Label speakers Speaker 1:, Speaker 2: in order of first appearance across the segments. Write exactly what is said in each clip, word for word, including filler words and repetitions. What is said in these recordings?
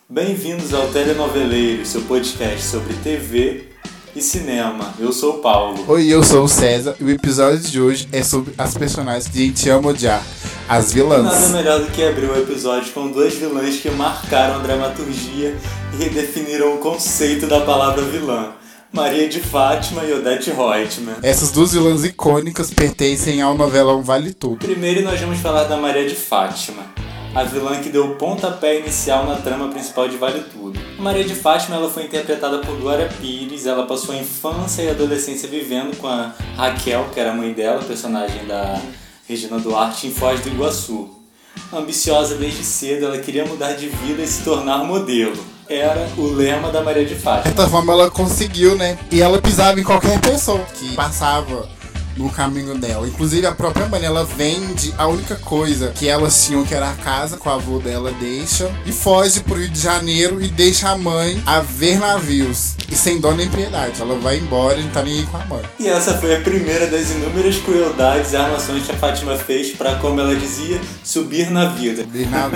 Speaker 1: Bem-vindos ao Telenoveleiros, seu podcast sobre T V e cinema. Eu sou o Paulo.
Speaker 2: Oi, eu sou o César e o episódio de hoje é sobre as personagens que a gente ama odiar, as vilãs.
Speaker 1: Nada melhor do que abrir o episódio com duas vilãs que marcaram a dramaturgia e redefiniram o conceito da palavra vilã. Maria de Fátima e Odete Roitman.
Speaker 2: Essas duas vilãs icônicas pertencem ao novelão Vale Tudo.
Speaker 1: Primeiro nós vamos falar da Maria de Fátima, a vilã que deu o pontapé inicial na trama principal de Vale Tudo. A Maria de Fátima ela foi interpretada por Glória Pires. Ela passou a infância e a adolescência vivendo com a Raquel, que era a mãe dela, personagem da Regina Duarte, em Foz do Iguaçu. Ambiciosa desde cedo, ela queria mudar de vida e se tornar modelo. Era o lema da Maria de Fátima.
Speaker 2: De certa forma ela conseguiu, né? E ela pisava em qualquer pessoa que passava no caminho dela. Inclusive a própria mãe, ela vende a única coisa que elas tinham, que era a casa com o avô dela, deixa e foge pro Rio de Janeiro e deixa a mãe a ver navios. E sem dó nem piedade, ela vai embora e não tá nem aí com a mãe.
Speaker 1: E essa foi a primeira das inúmeras crueldades e armações que a Fátima fez pra, como ela dizia, subir na vida.
Speaker 2: Subir na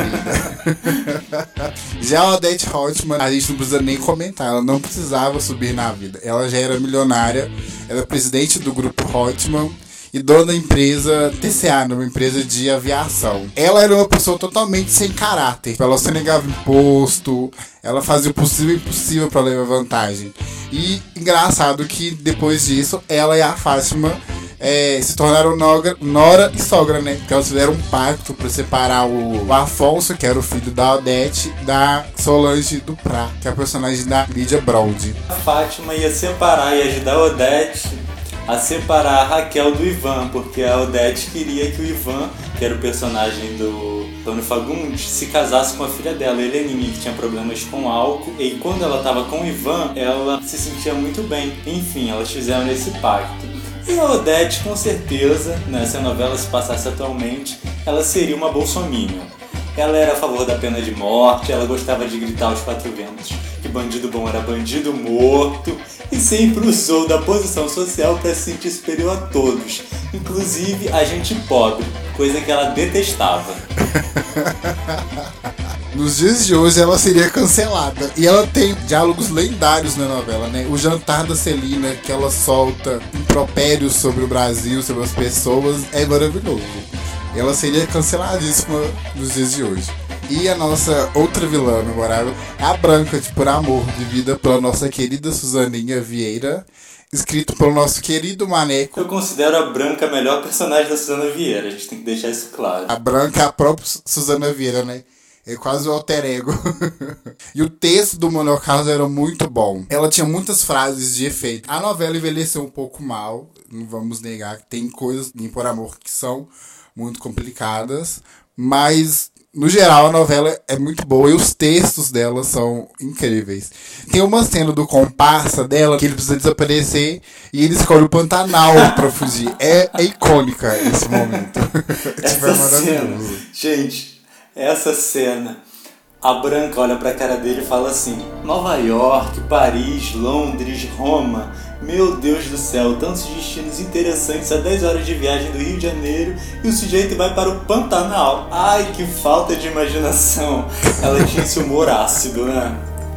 Speaker 2: vida. Já a Odete Roitman, a gente não precisa nem comentar, ela não precisava subir na vida. Ela já era milionária, ela é presidente do grupo Roitman e dona da empresa T C A, uma empresa de aviação. Ela era uma pessoa totalmente sem caráter. Ela só negava imposto, ela fazia o possível e o impossível para levar vantagem. E engraçado que depois disso, ela e a Fátima é, se tornaram nogra, nora e sogra, né? Porque elas fizeram um pacto para separar o, o Afonso, que era o filho da Odete, da Solange Duprá, que é a personagem da Lídia Brody.
Speaker 1: A Fátima ia separar e ajudar a Odete a separar a Raquel do Ivan, porque a Odete queria que o Ivan, que era o personagem do Antônio Fagundes, se casasse com a filha dela, Heleninha, que tinha problemas com álcool, e quando ela estava com o Ivan, ela se sentia muito bem. Enfim, elas fizeram esse pacto. E a Odete, com certeza, né, se a novela se passasse atualmente, ela seria uma bolsominion. Ela era a favor da pena de morte, ela gostava de gritar aos quatro ventos que bandido bom era bandido morto, e sempre usou da posição social para se sentir superior a todos, inclusive a gente pobre, coisa que ela detestava.
Speaker 2: Nos dias de hoje ela seria cancelada. E ela tem diálogos lendários na novela, né? O jantar da Celina, que ela solta impropérios sobre o Brasil, sobre as pessoas, é maravilhoso. Ela seria canceladíssima nos dias de hoje. E a nossa outra vilã memorável é a Branca, de Por Amor, vivida pela nossa querida Suzaninha Vieira, escrito pelo nosso querido Maneco.
Speaker 1: Eu considero a Branca a melhor personagem da Suzana Vieira, a gente tem que deixar isso claro.
Speaker 2: A Branca é a própria Suzana Vieira, né? É quase o alter ego. E o texto do Manuel Carlos era muito bom. Ela tinha muitas frases de efeito. A novela envelheceu um pouco mal, não vamos negar que tem coisas em Por Amor que são muito complicadas, mas no geral a novela é muito boa e os textos dela são incríveis. Tem uma cena do comparsa dela que ele precisa desaparecer e ele escolhe o Pantanal pra fugir. É, é icônica esse momento.
Speaker 1: Essa é cena, gente, essa cena, a Branca olha pra cara dele e fala assim: Nova York, Paris, Londres, Roma, meu Deus do céu, tantos destinos interessantes a dez horas de viagem do Rio de Janeiro e o sujeito vai para o Pantanal. Ai, que falta de imaginação. Ela tinha esse humor ácido, né?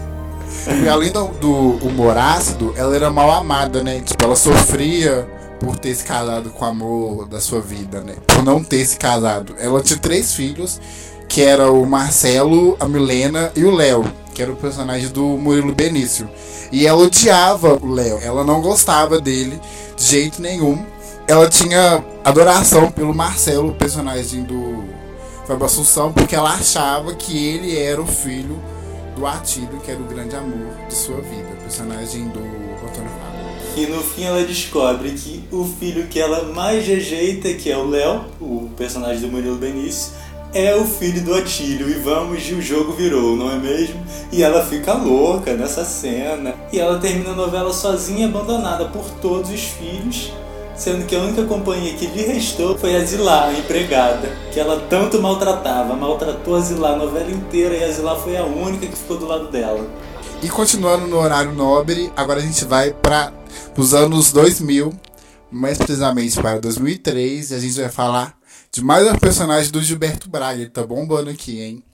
Speaker 2: E além do, do humor ácido, ela era mal amada, né? Tipo, ela sofria por ter se casado com o amor da sua vida, né? Por não ter se casado. Ela tinha três filhos, que era o Marcelo, a Milena e o Léo, que era o personagem do Murilo Benício. E ela odiava o Léo, ela não gostava dele de jeito nenhum. Ela tinha adoração pelo Marcelo, o personagem do Fábio Assunção, porque ela achava que ele era o filho do Atílio, que era o grande amor de sua vida, o personagem do Antônio Fábio.
Speaker 1: E no fim ela descobre que o filho que ela mais rejeita, que é o Léo, o personagem do Murilo Benício, é o filho do Atílio, e vamos, e o jogo virou, não é mesmo? E ela fica louca nessa cena, e ela termina a novela sozinha, abandonada por todos os filhos, sendo que a única companhia que lhe restou foi a Zilá, a empregada, que ela tanto maltratava, maltratou a Zilá a novela inteira, e a Zilá foi a única que ficou do lado dela.
Speaker 2: E continuando no horário nobre, agora a gente vai para os anos dois mil, mais precisamente para dois mil e três, e a gente vai falar de mais um personagem do Gilberto Braga. Ele tá bombando aqui, hein?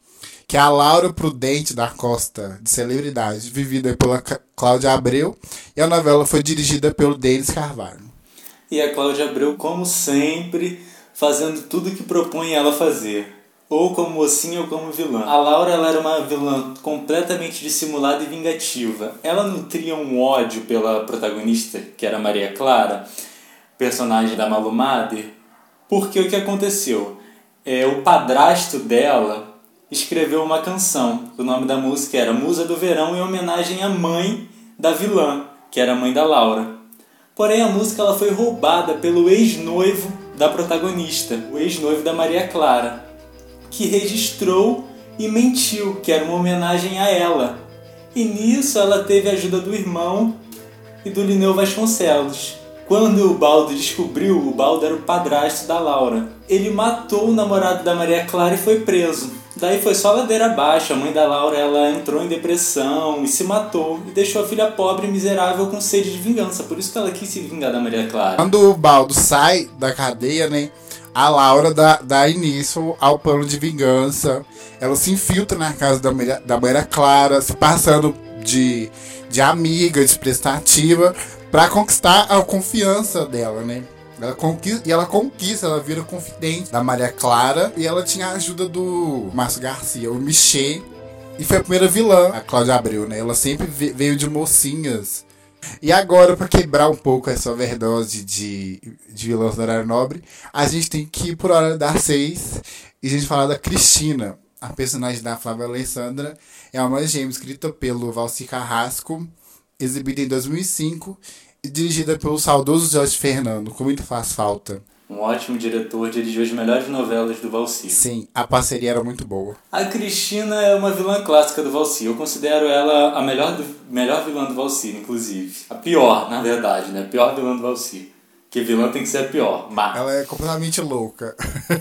Speaker 2: que é a Laura Prudente da Costa, de celebridade, vivida pela Cláudia Abreu, e a novela foi dirigida pelo Denis Carvalho.
Speaker 1: E a Cláudia Abreu, como sempre, fazendo tudo o que propõe ela fazer. Ou como mocinha ou como vilã. A Laura ela era uma vilã completamente dissimulada e vingativa. Ela nutria um ódio pela protagonista, que era Maria Clara, personagem da Malu Mader, porque o que aconteceu? É, o padrasto dela escreveu uma canção. O nome da música era Musa do Verão, em homenagem à mãe da vilã, que era a mãe da Laura. Porém, a música ela foi roubada pelo ex-noivo da protagonista, o ex-noivo da Maria Clara, que registrou e mentiu, que era uma homenagem a ela. E nisso ela teve a ajuda do irmão e do Linneu Vasconcelos. Quando o Baldo descobriu, o Baldo era o padrasto da Laura. Ele matou o namorado da Maria Clara e foi preso. Daí foi só ladeira abaixo. A mãe da Laura ela entrou em depressão e se matou. E deixou a filha pobre e miserável com sede de vingança. Por isso que ela quis se vingar da Maria Clara.
Speaker 2: Quando o Baldo sai da cadeia, né, a Laura dá, dá início ao plano de vingança. Ela se infiltra na casa da Maria, da Maria Clara, se passando de, de amiga, de prestativa, para conquistar a confiança dela, né? Ela conquista, e ela conquista, ela vira confidente da Maria Clara, e ela tinha a ajuda do Márcio Garcia, o Michê, e foi a primeira vilã, a Cláudia Abreu, né? Ela sempre veio de mocinhas. E agora, para quebrar um pouco essa overdose de, de vilãs do horário nobre, a gente tem que ir por Hora das Seis e a gente falar da Cristina. A personagem da Flávia Alessandra é uma gêmea escrita pelo Valci Carrasco, exibida em dois mil e cinco e dirigida pelo saudoso Jorge Fernando. Como ele faz falta.
Speaker 1: Um ótimo diretor, dirigiu as melhores novelas do Valci.
Speaker 2: Sim, a parceria era muito boa.
Speaker 1: A Cristina é uma vilã clássica do Valci. Eu considero ela a melhor, do, melhor vilã do Valci, inclusive. A pior, na verdade, né? A pior vilã do Valci. Porque vilã tem que ser a pior. Má.
Speaker 2: Ela é completamente louca.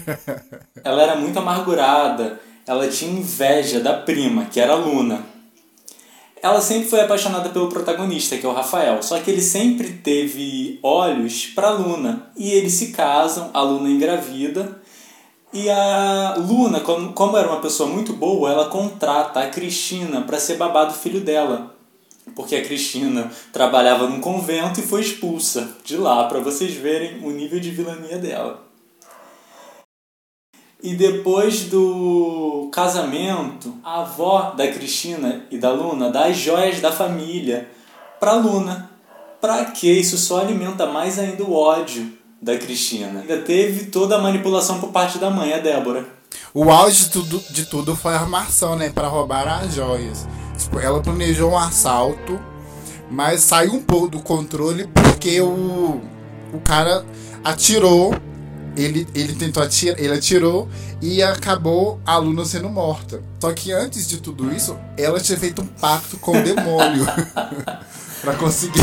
Speaker 1: Ela era muito amargurada. Ela tinha inveja da prima, que era a Luna. Ela sempre foi apaixonada pelo protagonista, que é o Rafael. Só que ele sempre teve olhos para a Luna. E eles se casam, a Luna engravida. E a Luna, como era uma pessoa muito boa, ela contrata a Cristina para ser babá do filho dela. Porque a Cristina trabalhava num convento e foi expulsa de lá, para vocês verem o nível de vilania dela. E depois do casamento, a avó da Cristina e da Luna dá as joias da família pra Luna. Pra quê? Isso só alimenta mais ainda o ódio da Cristina. Ainda teve toda a manipulação por parte da mãe, a Débora.
Speaker 2: O auge de tudo, de tudo foi a armação, né? Pra roubar as joias. Tipo, ela planejou um assalto, mas saiu um pouco do controle porque o, o cara atirou. Ele, ele tentou atirar, ele atirou e acabou a Luna sendo morta. Só que antes de tudo isso, ela tinha feito um pacto com o demônio pra conseguir.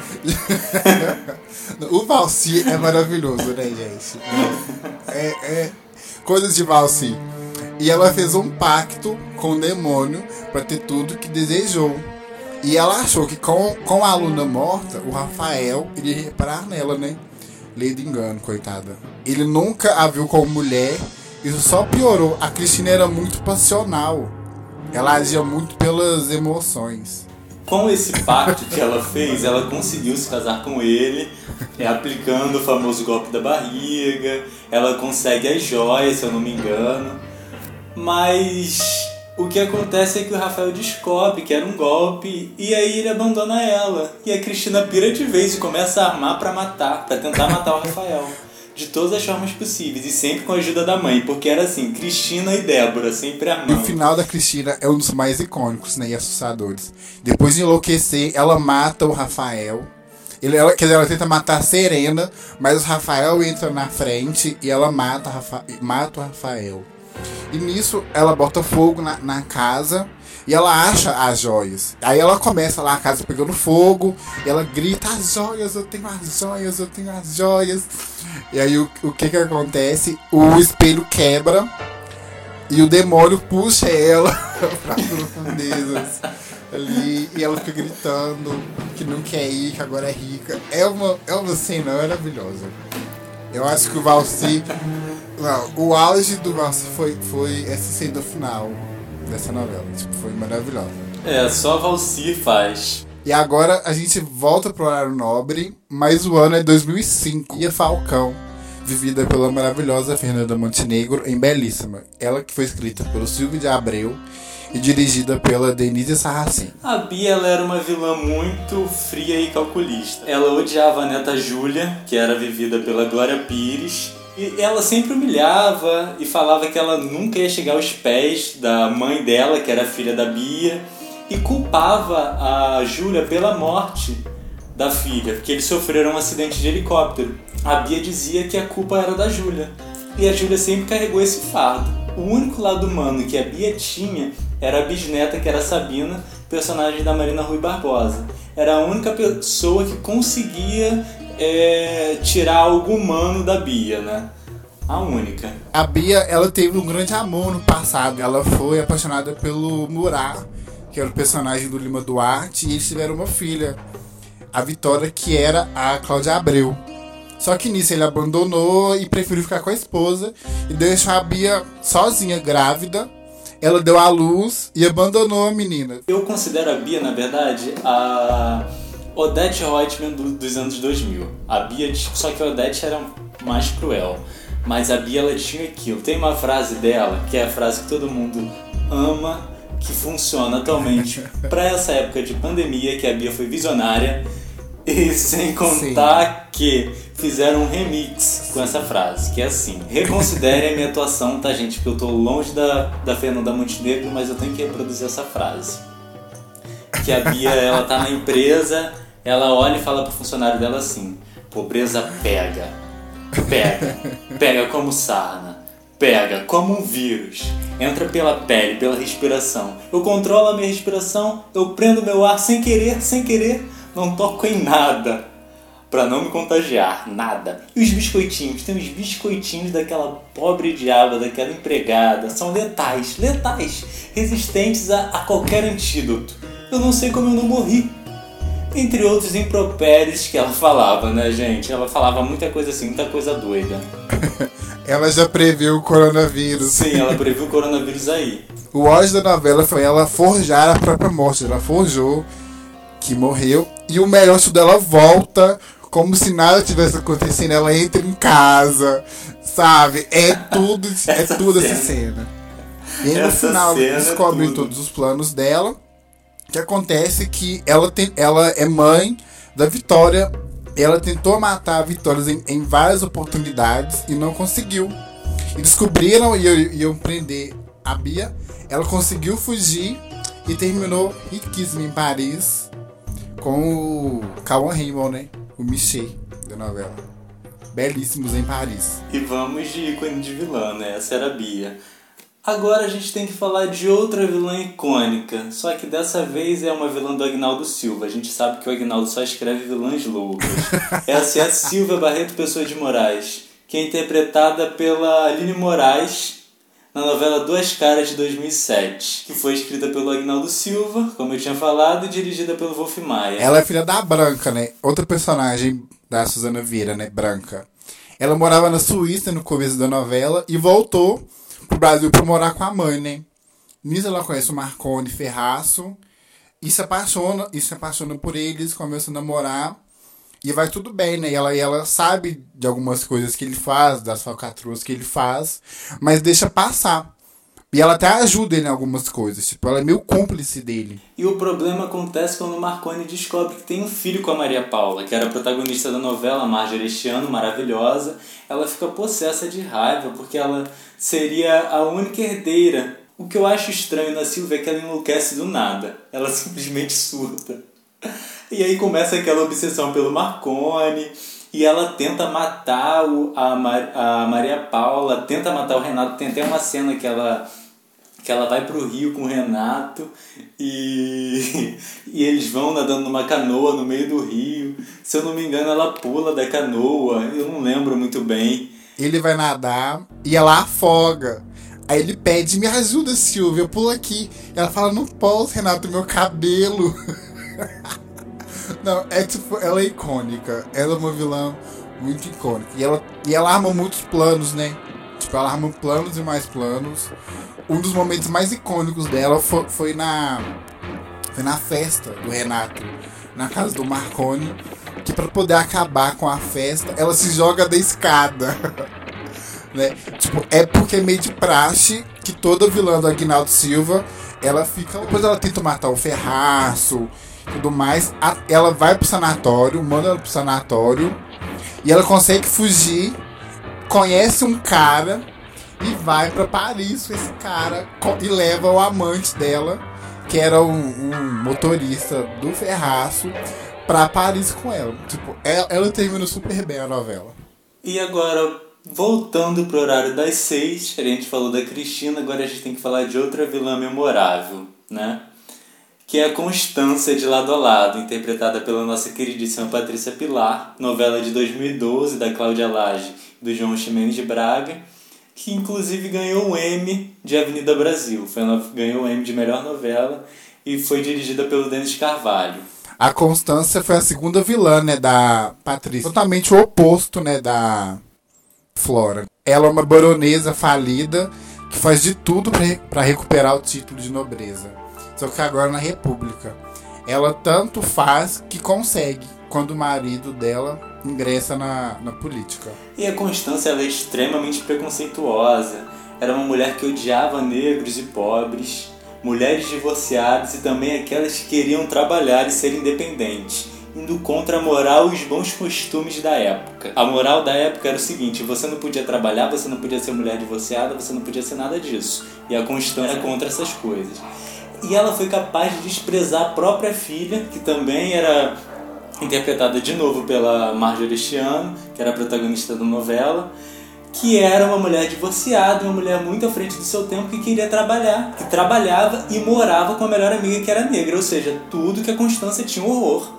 Speaker 2: O Valci é maravilhoso, né, gente? É, é coisas de Valci. E ela fez um pacto com o demônio pra ter tudo que desejou. E ela achou que com, com a Luna morta, o Rafael iria reparar nela, né? Lei do engano, coitada. Ele nunca a viu como mulher. Isso só piorou. A Cristina era muito passional. Ela agia muito pelas emoções.
Speaker 1: Com esse pacto que ela fez, ela conseguiu se casar com ele, é, aplicando o famoso golpe da barriga. Ela consegue as joias, se eu não me engano. Mas o que acontece é que o Rafael descobre que era um golpe e aí ele abandona ela. E a Cristina pira de vez e começa a armar pra matar, pra tentar matar o Rafael. De todas as formas possíveis e sempre com a ajuda da mãe, porque era assim, Cristina e Débora, sempre armando.
Speaker 2: E o final da Cristina é um dos mais icônicos, né, e assustadores. Depois de enlouquecer, ela mata o Rafael. Ele, ela, quer dizer, ela tenta matar a Serena, mas o Rafael entra na frente e ela mata, Rafa, mata o Rafael. E nisso ela bota fogo na, na casa e ela acha as joias. Aí ela começa lá, a casa pegando fogo, e ela grita: as joias, eu tenho as joias, eu tenho as joias. E aí o, o que que acontece? O espelho quebra e o demônio puxa ela para as profundezas ali, e ela fica gritando que não quer ir, que agora é rica. É uma, é uma cena maravilhosa. Eu acho que o Valci... Não, o auge do Valci foi, foi essa cena final. dessa novela. Tipo, foi maravilhosa.
Speaker 1: É, só Valci faz.
Speaker 2: E agora a gente volta pro horário nobre, mas o ano é dois mil e cinco. E a Falcão, vivida pela maravilhosa Fernanda Montenegro em Belíssima. Ela que foi escrita pelo Silvio de Abreu e dirigida pela Denise Sarracen.
Speaker 1: A Bia, ela era uma vilã muito fria e calculista. Ela odiava a neta Júlia, que era vivida pela Glória Pires. E ela sempre humilhava e falava que ela nunca ia chegar aos pés da mãe dela, que era filha da Bia. E culpava a Júlia pela morte da filha, porque eles sofreram um acidente de helicóptero. A Bia dizia que a culpa era da Júlia. E a Júlia sempre carregou esse fardo. O único lado humano que a Bia tinha era a bisneta, que era a Sabina, personagem da Marina Rui Barbosa. Era a única pessoa que conseguia é, tirar algo humano da Bia, né? A única.
Speaker 2: A Bia, ela teve um grande amor no passado. Ela foi apaixonada pelo Murat, que era o personagem do Lima Duarte, e eles tiveram uma filha, a Vitória, que era a Cláudia Abreu. Só que nisso ele abandonou e preferiu ficar com a esposa e deixou a Bia sozinha, grávida. Ela deu à luz e abandonou a menina.
Speaker 1: Eu considero a Bia, na verdade, a Odete Roitman do, dos anos dois mil. A Bia, só que a Odete era mais cruel. Mas a Bia, ela tinha aquilo. Tem uma frase dela, que é a frase que todo mundo ama, que funciona atualmente para essa época de pandemia, que a Bia foi visionária, e sem contar Sim. que fizeram um remix com essa frase, que é assim: reconsiderem a minha atuação, tá, gente? Porque eu tô longe da, da Fernanda Montenegro, mas eu tenho que reproduzir essa frase. Que a Bia, ela tá na empresa, ela olha e fala pro funcionário dela assim: pobreza pega, pega, pega como sarna. Pega como um vírus, entra pela pele, pela respiração. Eu controlo a minha respiração, eu prendo meu ar sem querer, sem querer, não toco em nada pra não me contagiar, nada. E os biscoitinhos, tem os biscoitinhos daquela pobre diaba, daquela empregada, são letais, letais, resistentes a, a qualquer antídoto. Eu não sei como eu não morri. Entre outros impropérios que ela falava, né, gente? Ela falava muita coisa assim, muita coisa doida.
Speaker 2: Ela já previu o coronavírus.
Speaker 1: Sim, ela previu o coronavírus aí.
Speaker 2: O ódio da novela foi ela forjar a própria morte. Ela forjou que morreu. E o melhor dela volta como se nada tivesse acontecendo. Ela entra em casa, sabe? É tudo, é tudo essa cena. E aí no
Speaker 1: Essa
Speaker 2: final
Speaker 1: cena
Speaker 2: descobrem
Speaker 1: é tudo.
Speaker 2: todos os planos dela. O que acontece é que ela, tem, ela é mãe da Vitória. Ela tentou matar a Vitória em, em várias oportunidades e não conseguiu. E descobriram e iam, iam prender a Bia. Ela conseguiu fugir e terminou riquíssima em Paris com o Cauã Raymond, né? O Michel da novela. Belíssimos em Paris.
Speaker 1: E vamos de ícone de vilã, né? Essa era a Bia. Agora a gente tem que falar de outra vilã icônica, só que dessa vez é uma vilã do Agnaldo Silva. A gente sabe que o Agnaldo só escreve vilãs loucas. Essa é a Silvia Barreto Pessoa de Moraes, que é interpretada pela Aline Moraes na novela Duas Caras de dois mil e sete, que foi escrita pelo Agnaldo Silva, como eu tinha falado, e dirigida pelo Wolf Maia.
Speaker 2: Ela é filha da Branca, né? Outra personagem da Suzana Vieira, né? Branca. Ela morava na Suíça no começo da novela e voltou pro Brasil pra morar com a mãe, né? Nisso ela conhece o Marconi Ferraço e se apaixona, e se apaixona por eles, começa a namorar e vai tudo bem, né? E ela, e ela sabe de algumas coisas que ele faz, das falcatruas que ele faz, mas deixa passar. E ela até ajuda ele em algumas coisas, tipo, ela é meio cúmplice dele.
Speaker 1: E o problema acontece quando o Marconi descobre que tem um filho com a Maria Paula, que era a protagonista da novela, Marjorie este ano, maravilhosa. Ela fica possessa de raiva, porque ela seria a única herdeira. O que eu acho estranho na Silvia é que ela enlouquece do nada. Ela simplesmente surta. E aí começa aquela obsessão pelo Marconi, e ela tenta matar o, a, Mar, a Maria Paula, tenta matar o Renato. Tem até uma cena que ela... que ela vai pro Rio com o Renato e, e eles vão nadando numa canoa no meio do rio. Se eu não me engano, ela pula da canoa, eu não lembro muito bem.
Speaker 2: Ele vai nadar e ela afoga. Aí ele pede, me ajuda, Silvia, pula aqui. E ela fala, não posso, Renato, meu cabelo. Não, é tipo, ela é icônica. Ela é uma vilã muito icônica. E ela, e ela arma muitos planos, né? Tipo, ela arma planos e mais planos. Um dos momentos mais icônicos dela foi, foi na foi na festa do Renato, na casa do Marconi, que pra poder acabar com a festa, ela se joga da escada. Né? Tipo, é porque é meio de praxe que toda vilã do Aguinaldo Silva, ela fica... Depois ela tenta matar o Ferraço e tudo mais, a, ela vai pro sanatório, manda ela pro sanatório, e ela consegue fugir, conhece um cara e vai pra Paris com esse cara e leva o amante dela, que era um, um motorista do Ferraço, pra Paris com ela. Tipo, ela, ela termina super bem a novela.
Speaker 1: E agora, voltando pro horário das seis, a gente falou da Cristina, agora a gente tem que falar de outra vilã memorável, né? Que é a Constância de Lado a Lado, interpretada pela nossa queridíssima Patrícia Pilar, novela de dois mil e doze, da Cláudia Lage e do João Ximenes de Braga, que inclusive ganhou o Emmy de Avenida Brasil. Foi, ela ganhou o Emmy de melhor novela e foi dirigida pelo Denis Carvalho.
Speaker 2: A Constância foi a segunda vilã, né, da Patrícia. Totalmente o oposto, né, da Flora. Ela é uma baronesa falida que faz de tudo para recuperar o título de nobreza. Só que agora na República. Ela tanto faz que consegue quando o marido dela ingressa na, na política.
Speaker 1: E a Constância, ela é extremamente preconceituosa. Era uma mulher que odiava negros e pobres, mulheres divorciadas e também aquelas que queriam trabalhar e ser independentes, indo contra a moral e os bons costumes da época. A moral da época era o seguinte: você não podia trabalhar, você não podia ser mulher divorciada, você não podia ser nada disso. E a Constância era contra essas coisas. E ela foi capaz de desprezar a própria filha, que também era interpretada de novo pela Marjorie Chiano, que era a protagonista da novela, que era uma mulher divorciada, uma mulher muito à frente do seu tempo, que queria trabalhar, que trabalhava e morava com a melhor amiga, que era negra, ou seja, tudo que a Constância tinha um horror.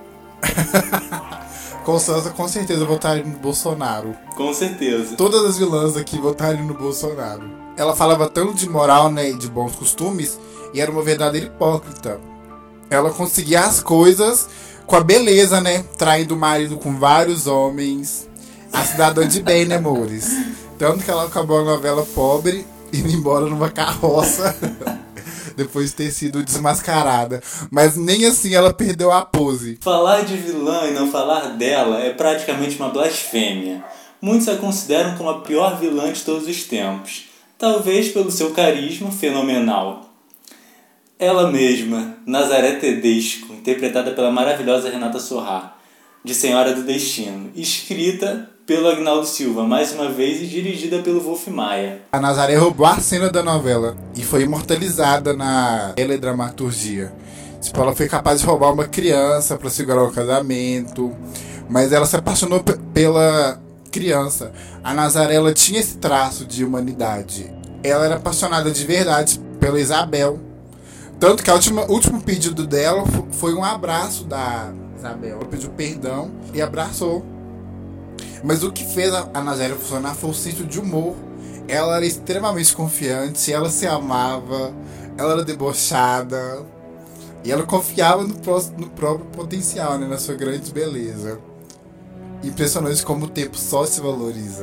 Speaker 2: Constância com certeza votaria no Bolsonaro.
Speaker 1: Com certeza.
Speaker 2: Todas as vilãs aqui votariam no Bolsonaro. Ela falava tanto de moral, né, e de bons costumes, e era uma verdadeira hipócrita. Ela conseguia as coisas com a beleza, né, traindo o marido com vários homens. A cidadã de bem, né, amores? Tanto que ela acabou a novela pobre, indo embora numa carroça, depois de ter sido desmascarada. Mas nem assim ela perdeu a pose.
Speaker 1: Falar de vilã e não falar dela é praticamente uma blasfêmia. Muitos a consideram como a pior vilã de todos os tempos. Talvez pelo seu carisma fenomenal. Ela mesma, Nazaré Tedesco, interpretada pela maravilhosa Renata Sorrah, de Senhora do Destino, escrita pelo Aguinaldo Silva, mais uma vez, e dirigida pelo Wolf Maia.
Speaker 2: A Nazaré roubou a cena da novela e foi imortalizada na teledramaturgia. Tipo, ela foi capaz de roubar uma criança para segurar o casamento, mas ela se apaixonou p- pela criança. A Nazaré, ela tinha esse traço de humanidade. Ela era apaixonada de verdade pela Isabel. Tanto que o último pedido dela foi um abraço da Isabel. Ela pediu perdão e abraçou. Mas o que fez a Nazaré funcionar foi o senso de humor. Ela era extremamente confiante, ela se amava, ela era debochada. E ela confiava no, pró- no próprio potencial, né, na sua grande beleza. Impressionante como o tempo só se valoriza.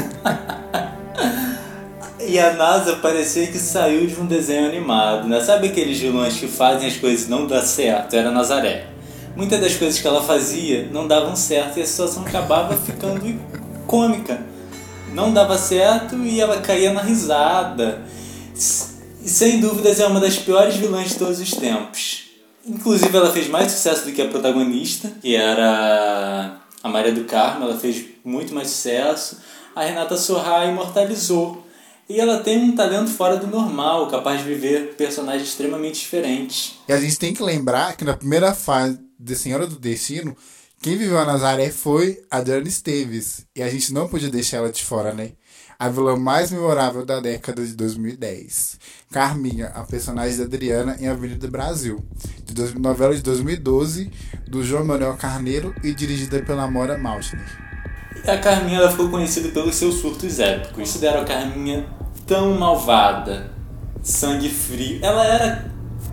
Speaker 1: E a NASA parecia que saiu de um desenho animado, né? Sabe aqueles vilões que fazem as coisas não dar certo? Era a Nazaré. Muitas das coisas que ela fazia não davam certo e a situação acabava ficando cômica. Não dava certo e ela caía na risada. E sem dúvidas é uma das piores vilãs de todos os tempos. Inclusive ela fez mais sucesso do que a protagonista, que era a Maria do Carmo. Ela fez muito mais sucesso. A Renata Sorrah imortalizou. E ela tem um talento fora do normal, capaz de viver personagens extremamente diferentes.
Speaker 2: E a gente tem que lembrar que na primeira fase de Senhora do Destino, quem viveu a Nazaré foi a Adriana Esteves. E a gente não podia deixar ela de fora, né? A vilã mais memorável da década de dois mil e dez. Carminha, a personagem da Adriana em Avenida Brasil. De dois, novela de dois mil e doze, do João Manuel Carneiro e dirigida pela Amora Maltner.
Speaker 1: A Carminha, ela ficou conhecida pelos seus surtos épicos. Considero a Carminha tão malvada, sangue frio. Ela era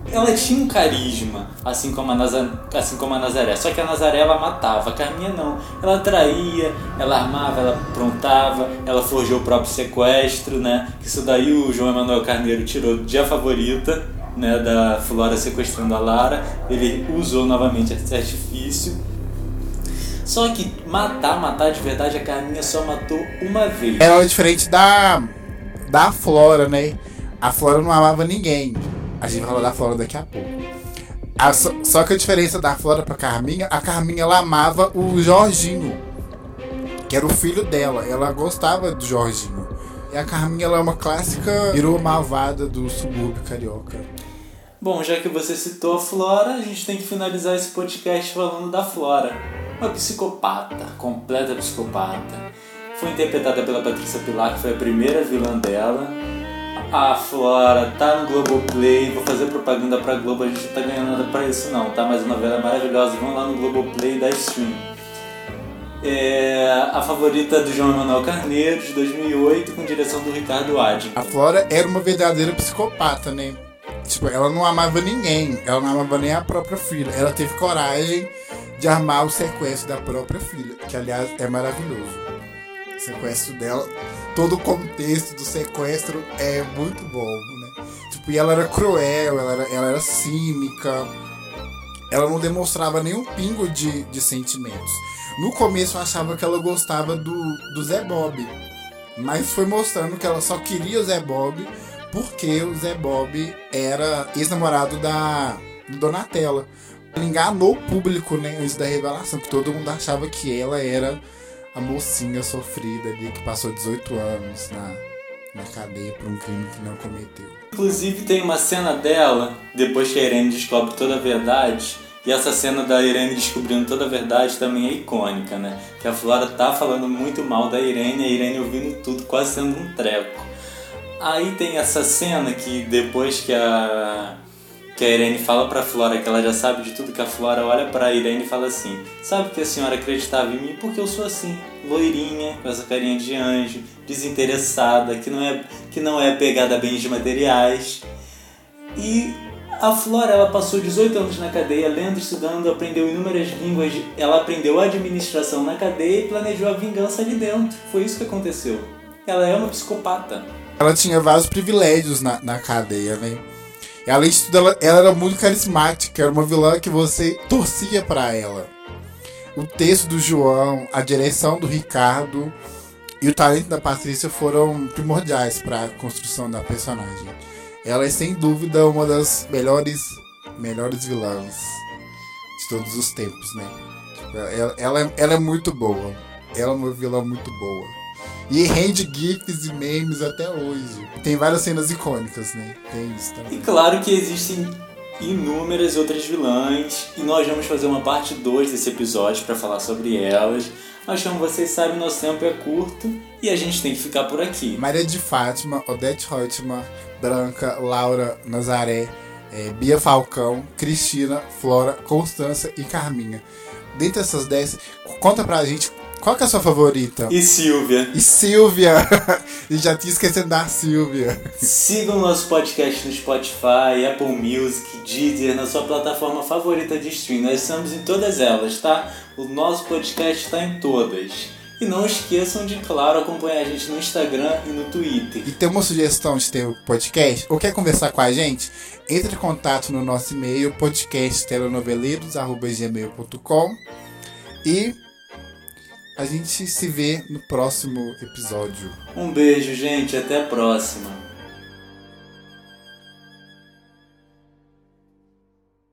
Speaker 1: ela tinha um carisma, assim como, a Nazaré, assim como a Nazaré. Só que a Nazaré, ela matava, a Carminha não. Ela traía, ela armava, ela aprontava, ela forjou o próprio sequestro, né? Isso daí o João Emanuel Carneiro tirou de A Favorita, né? Da Flora sequestrando a Lara. Ele usou novamente esse artifício. Só que matar, matar de verdade, a Carminha só matou uma vez.
Speaker 2: Ela é diferente da, da Flora, né? A Flora não amava ninguém. A gente vai falar da Flora daqui a pouco. A, só, só que a diferença da Flora pra Carminha, a Carminha ela amava o Jorginho, que era o filho dela. Ela gostava do Jorginho. E a Carminha ela é uma clássica heroa malvada do subúrbio carioca.
Speaker 1: Bom, já que você citou a Flora, a gente tem que finalizar esse podcast falando da Flora. Uma psicopata, completa psicopata. Foi interpretada pela Patrícia Pilar, que foi a primeira vilã dela. A Flora tá no Globoplay, vou fazer propaganda pra Globo, a gente não tá ganhando nada pra isso não, tá? Mas uma novela maravilhosa, vão lá no Globoplay da Stream. É A Favorita do João Emanuel Carneiro, de dois mil e oito, com direção do Ricardo Ading.
Speaker 2: A Flora era uma verdadeira psicopata, né? Tipo, ela não amava ninguém, ela não amava nem a própria filha. Ela teve coragem de armar o sequestro da própria filha, que aliás é maravilhoso. O sequestro dela, todo o contexto do sequestro é muito bom, né? Tipo, e ela era cruel, ela era, ela era cínica, ela não demonstrava nenhum pingo de, de sentimentos. No começo eu achava que ela gostava do, do Zé Bob, mas foi mostrando que ela só queria o Zé Bob porque o Zé Bob era ex-namorado da Donatella. Ela enganou o público, né, antes da revelação, que todo mundo achava que ela era a mocinha sofrida ali, que passou dezoito anos na, na cadeia por um crime que não cometeu.
Speaker 1: Inclusive tem uma cena dela, depois que a Irene descobre toda a verdade, e essa cena da Irene descobrindo toda a verdade também é icônica, né? Que a Flora tá falando muito mal da Irene, a Irene ouvindo tudo, quase sendo um treco. Aí tem essa cena que depois que a... que a Irene fala pra Flora que ela já sabe de tudo, que a Flora olha pra Irene e fala assim: sabe que a senhora acreditava em mim porque eu sou assim, loirinha, com essa carinha de anjo, desinteressada, que não é, que não é pegada a bens materiais. E a Flora, ela passou dezoito anos na cadeia, lendo, estudando, aprendeu inúmeras línguas, ela aprendeu administração na cadeia e planejou a vingança ali dentro. Foi isso que aconteceu. Ela é uma psicopata.
Speaker 2: Ela tinha vários privilégios na, na cadeia, né? E além de tudo, ela, ela era muito carismática, era uma vilã que você torcia pra ela. O texto do João, a direção do Ricardo e o talento da Patrícia foram primordiais para a construção da personagem. Ela é sem dúvida uma das melhores, melhores vilãs de todos os tempos, né? Ela, ela, ela é muito boa, ela é uma vilã muito boa. E rende gifs e memes até hoje. Tem várias cenas icônicas, né? Tem isso também.
Speaker 1: E claro que existem inúmeras outras vilãs, e nós vamos fazer uma parte dois desse episódio para falar sobre elas. Mas como vocês sabem, nosso tempo é curto e a gente tem que ficar por aqui.
Speaker 2: Maria de Fátima, Odete Roitman, Branca, Laura, Nazaré, é, Bia Falcão, Cristina, Flora, Constança e Carminha. Dentre essas dez, conta pra gente qual que é a sua favorita.
Speaker 1: E Silvia.
Speaker 2: E Silvia. E já tinha esquecido da Silvia.
Speaker 1: Sigam o nosso podcast no Spotify, Apple Music, Deezer, na sua plataforma favorita de stream. Nós estamos em todas elas, tá? O nosso podcast está em todas. E não esqueçam de, claro, acompanhar a gente no Instagram e no Twitter.
Speaker 2: E tem uma sugestão de ter um podcast? Ou quer conversar com a gente? Entre em contato no nosso e-mail, podcast telenoveleiros arroba gmail ponto com. E a gente se vê no próximo episódio.
Speaker 1: Um beijo, gente. Até a próxima.